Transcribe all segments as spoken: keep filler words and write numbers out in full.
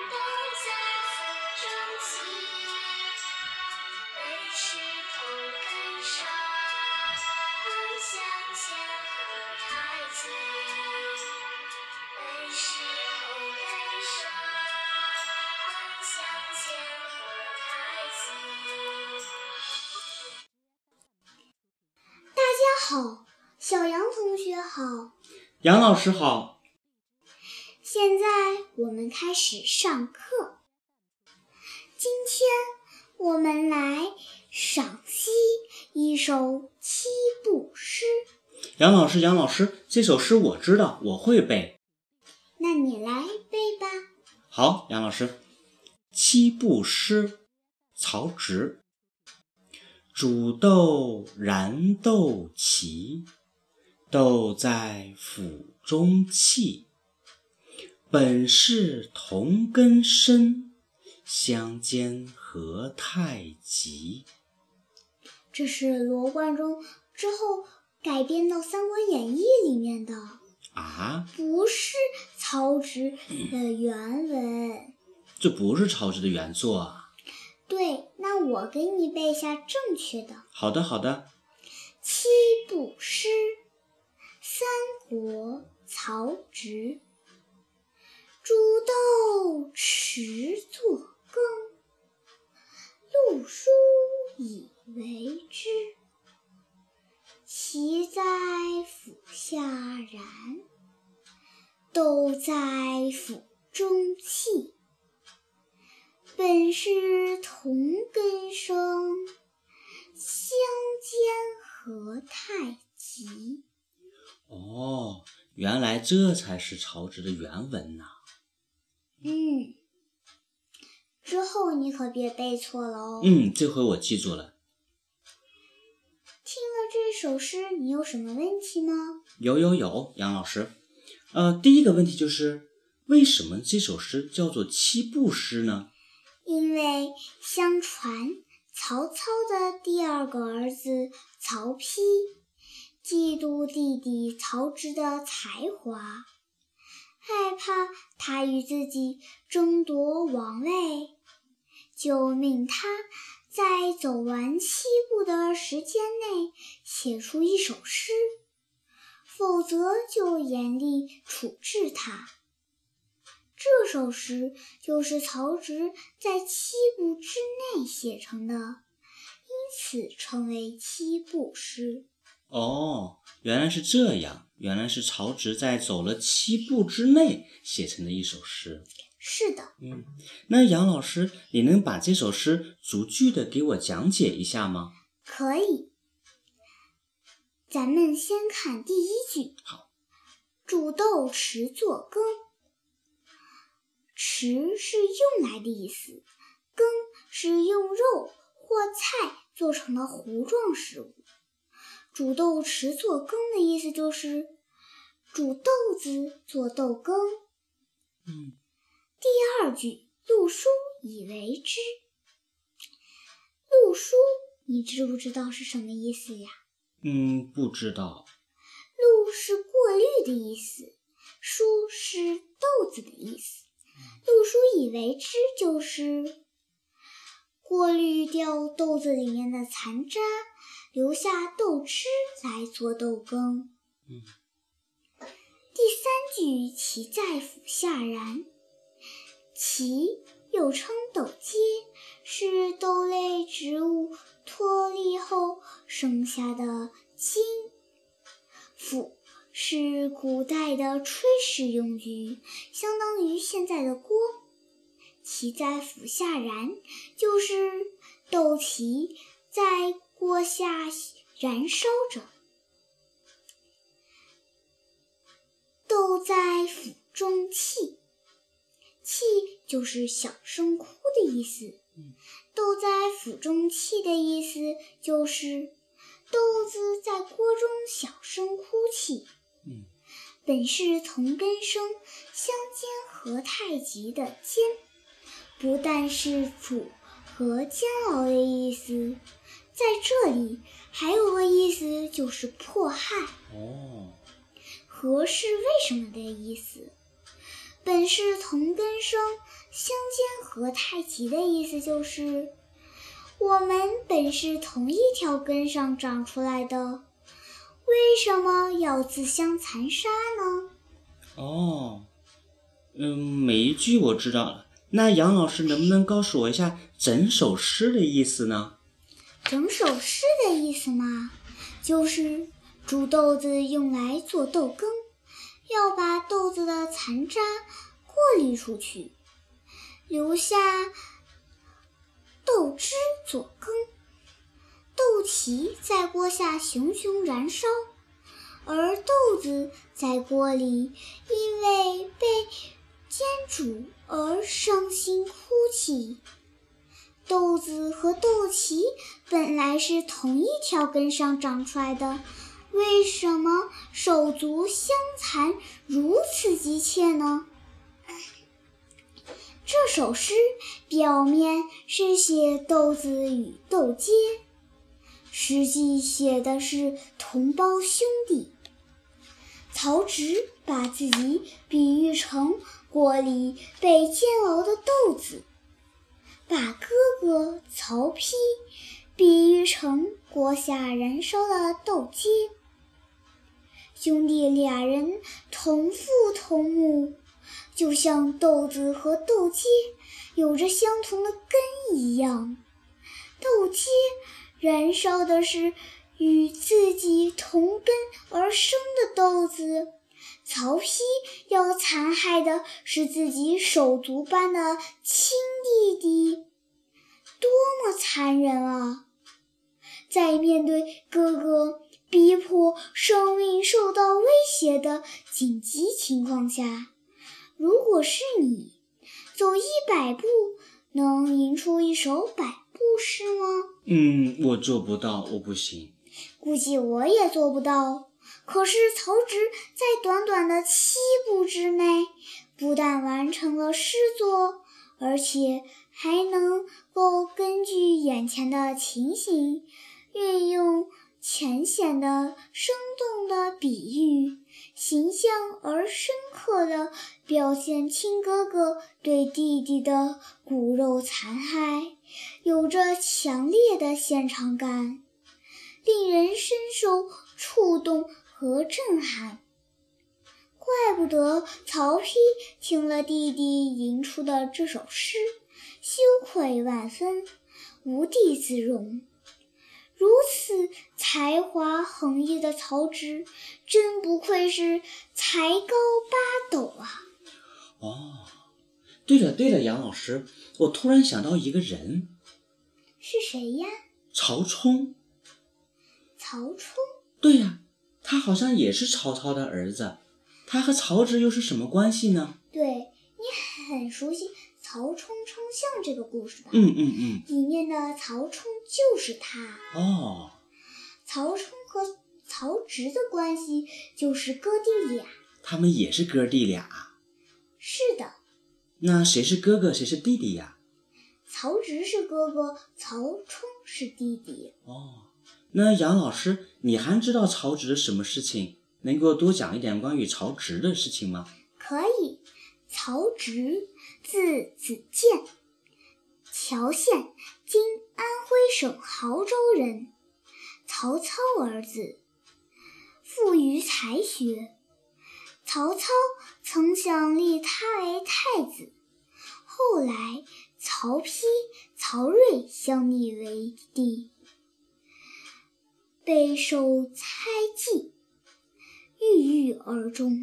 都在腹中泣，为石头感伤，向前和太急，为石头感伤，向前和太急。 大家好，小杨同学好， 杨老师好。 现在我们开始上课。今天我们来赏析一首七步诗。 杨老师，杨老师，这首诗我知道，我会背。 那你来背吧。 好，杨老师。七步诗，曹植。煮豆燃豆萁，豆在釜中泣。本是同根生，相煎何太急。 这是罗贯中之后改编到《三国演义》里面的啊， 不是曹植的原文。 这不是曹植的原作啊。 对，那我给你背下正确的。 好的，好的。 七步诗，三国曹植。煮豆持作羹，陆书以为之。萁在釜下燃，豆在釜中泣。本是同根生，相煎何太急。 哦，原来这才是曹植的原文呐、啊。 嗯，之后你可别背错了哦。 嗯，这回我记住了。 听了这首诗，你有什么问题吗？ 有有有，杨老师。呃，第一个问题就是，为什么这首诗叫做七步诗呢？ 因为相传曹操的第二个儿子曹丕嫉妒弟弟曹植的才华，害怕他与自己争夺王位，就命他在走完七步的时间内写出一首诗，否则就严厉处置他。这首诗就是曹植在七步之内写成的，因此称为七步诗。 哦，原来是这样，原来是曹植在走了七步之内写成的一首诗。 是的。 嗯，那杨老师，你能把这首诗逐句的给我讲解一下吗？ 可以。咱们先看第一句。 好。 煮豆持作羹。持是用来的意思，羹是用肉或菜做成的糊状食物。煮豆持作羹的意思就是煮豆子做豆羹。 嗯。 第二句，陆书以为之。陆书，你知不知道是什么意思呀？ 嗯，不知道。 陆是过滤的意思，书是豆子的意思。陆书以为之就是过滤掉豆子里面的残渣，留下豆汁来做豆羹。 嗯。 第三句，萁在釜下燃。萁又称豆秸，是豆类植物脱粒后剩下的茎。釜是古代的炊事用具，相当于现在的锅。萁在釜下燃，就是豆萁在锅下燃烧着。豆在釜中泣，泣就是小声哭的意思。豆在釜中泣的意思就是豆子在锅中小声哭泣。 嗯， 本是同根生，相煎何太急的煎，不但是煮和煎熬的意思，在这里还有个意思就是迫害。 哦， 何是为什么的意思。本是同根生， 相煎何太急的意思就是，我们本是同一条根上长出来的，为什么要自相残杀呢？ 哦，嗯，每一句我知道了。那杨老师能不能告诉我一下整首诗的意思呢？ 整首诗的意思嘛，就是煮豆子用来做豆羹，要把豆子的残渣过滤出去，留下豆汁做羹，豆皮在锅下熊熊燃烧，而豆子在锅里因为被煎煮而伤心哭泣。豆子和豆皮本来是同一条根上长出来的，为什么手足相残如此急切呢？这首诗表面是写豆子与豆秸，实际写的是同胞兄弟。曹植把自己比喻成锅里被煎熬的豆子，把哥哥曹丕比喻成锅下燃烧的豆秸。兄弟俩人同父同母，就像豆子和豆秸有着相同的根一样。豆秸燃烧的是与自己同根而生的豆子，曹丕要残害的是自己手足般的亲弟弟，多么残忍啊！在面对哥哥逼迫生命受到威胁的紧急情况下，如果是你，走一百步能吟出一首百步诗吗？ 嗯，我做不到，我不行。 估计我也做不到。可是曹植在短短的七步之内，不但完成了诗作，而且还能够根据眼前的情形，运用浅显的、生动的比喻，形象而深刻地表现亲哥哥对弟弟的骨肉残害，有着强烈的现场感，令人深受触动和震撼。怪不得曹丕听了弟弟吟出的这首诗，羞愧万分，无地自容。如此才华横溢的曹植，真不愧是才高八斗啊！ 哦，对了对了，杨老师，我突然想到一个人。 是谁呀？ 曹冲。 曹冲？ 对呀，他好像也是曹操的儿子。他和曹植又是什么关系呢？ 对，你很熟悉曹冲称象这个故事吧？ 嗯嗯嗯， 里面的曹冲就是他。 哦， 曹冲和曹植的关系就是哥弟俩。 他们也是哥弟俩？ 是的。 那谁是哥哥，谁是弟弟呀？ 曹植是哥哥，曹冲是弟弟。 哦，那杨老师，你还知道曹植的什么事情？能给我多讲一点关于曹植的事情吗？ 可以。曹植，字子建，谯县（今安徽省亳州）人，曹操儿子，富于才学。曹操曾想立他为太子，后来曹丕、曹睿相立为帝，备受猜忌，郁郁而终。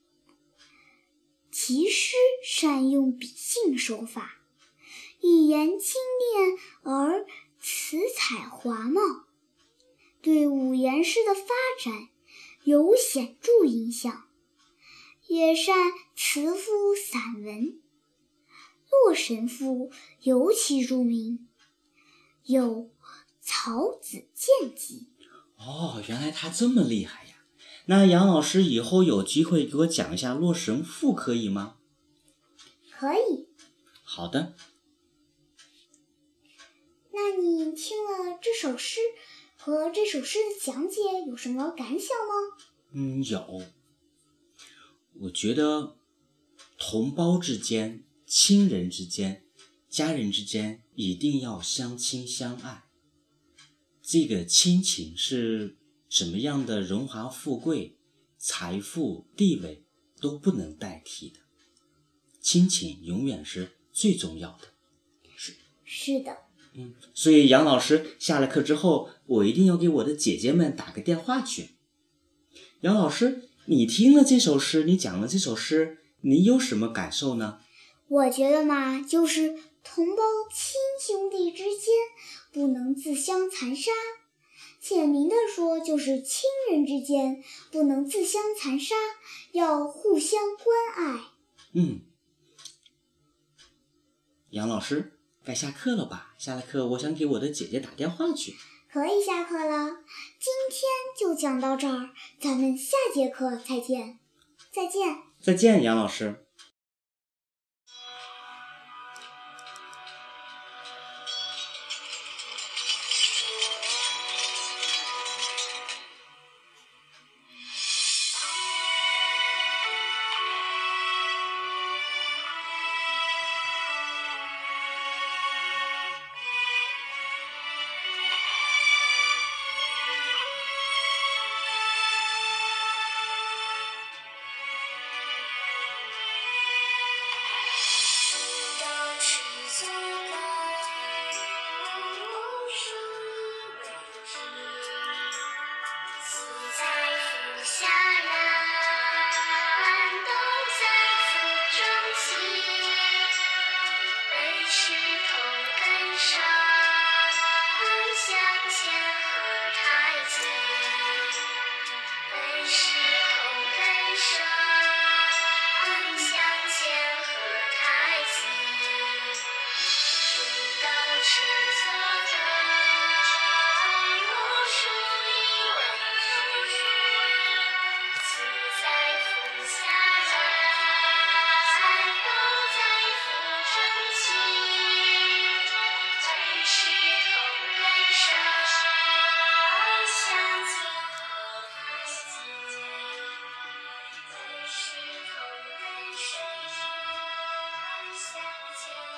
其诗善用笔性手法，语言精炼而辞采华茂，对五言诗的发展有显著影响，也善辞赋散文，《洛神赋》尤其著名，有《曹子建集》。 哦，原来他这么厉害呀！那杨老师以后有机会给我讲一下《洛神赋》可以吗？ 可以。 好的。 那你听了这首诗和这首诗的讲解有什么感想吗？ 嗯，有。我觉得同胞之间亲人之间、家人之间一定要相亲相爱。这个亲情是什么样的荣华富贵、财富、地位都不能代替的，亲情永远是最重要的。是是的。 嗯，所以杨老师下了课之后，我一定要给我的姐姐们打个电话去。杨老师，你听了这首诗，你讲了这首诗，你有什么感受呢？ 我觉得嘛，就是同胞亲兄弟之间不能自相残杀，简明的说就是亲人之间不能自相残杀，要互相关爱。 嗯，杨老师该下课了吧？下了课我想给我的姐姐打电话去。 可以下课了，今天就讲到这儿，咱们下节课再见。再见。 再见，杨老师。 足够无数未知，死在伏下人，都在腹中泣。被石头根伤，向前何太急？被石头根伤，向前何太急？赤色的无数疑问，死在伏下人，都在腹中泣。被石头根伤，向前何太急？被石头根伤，向前。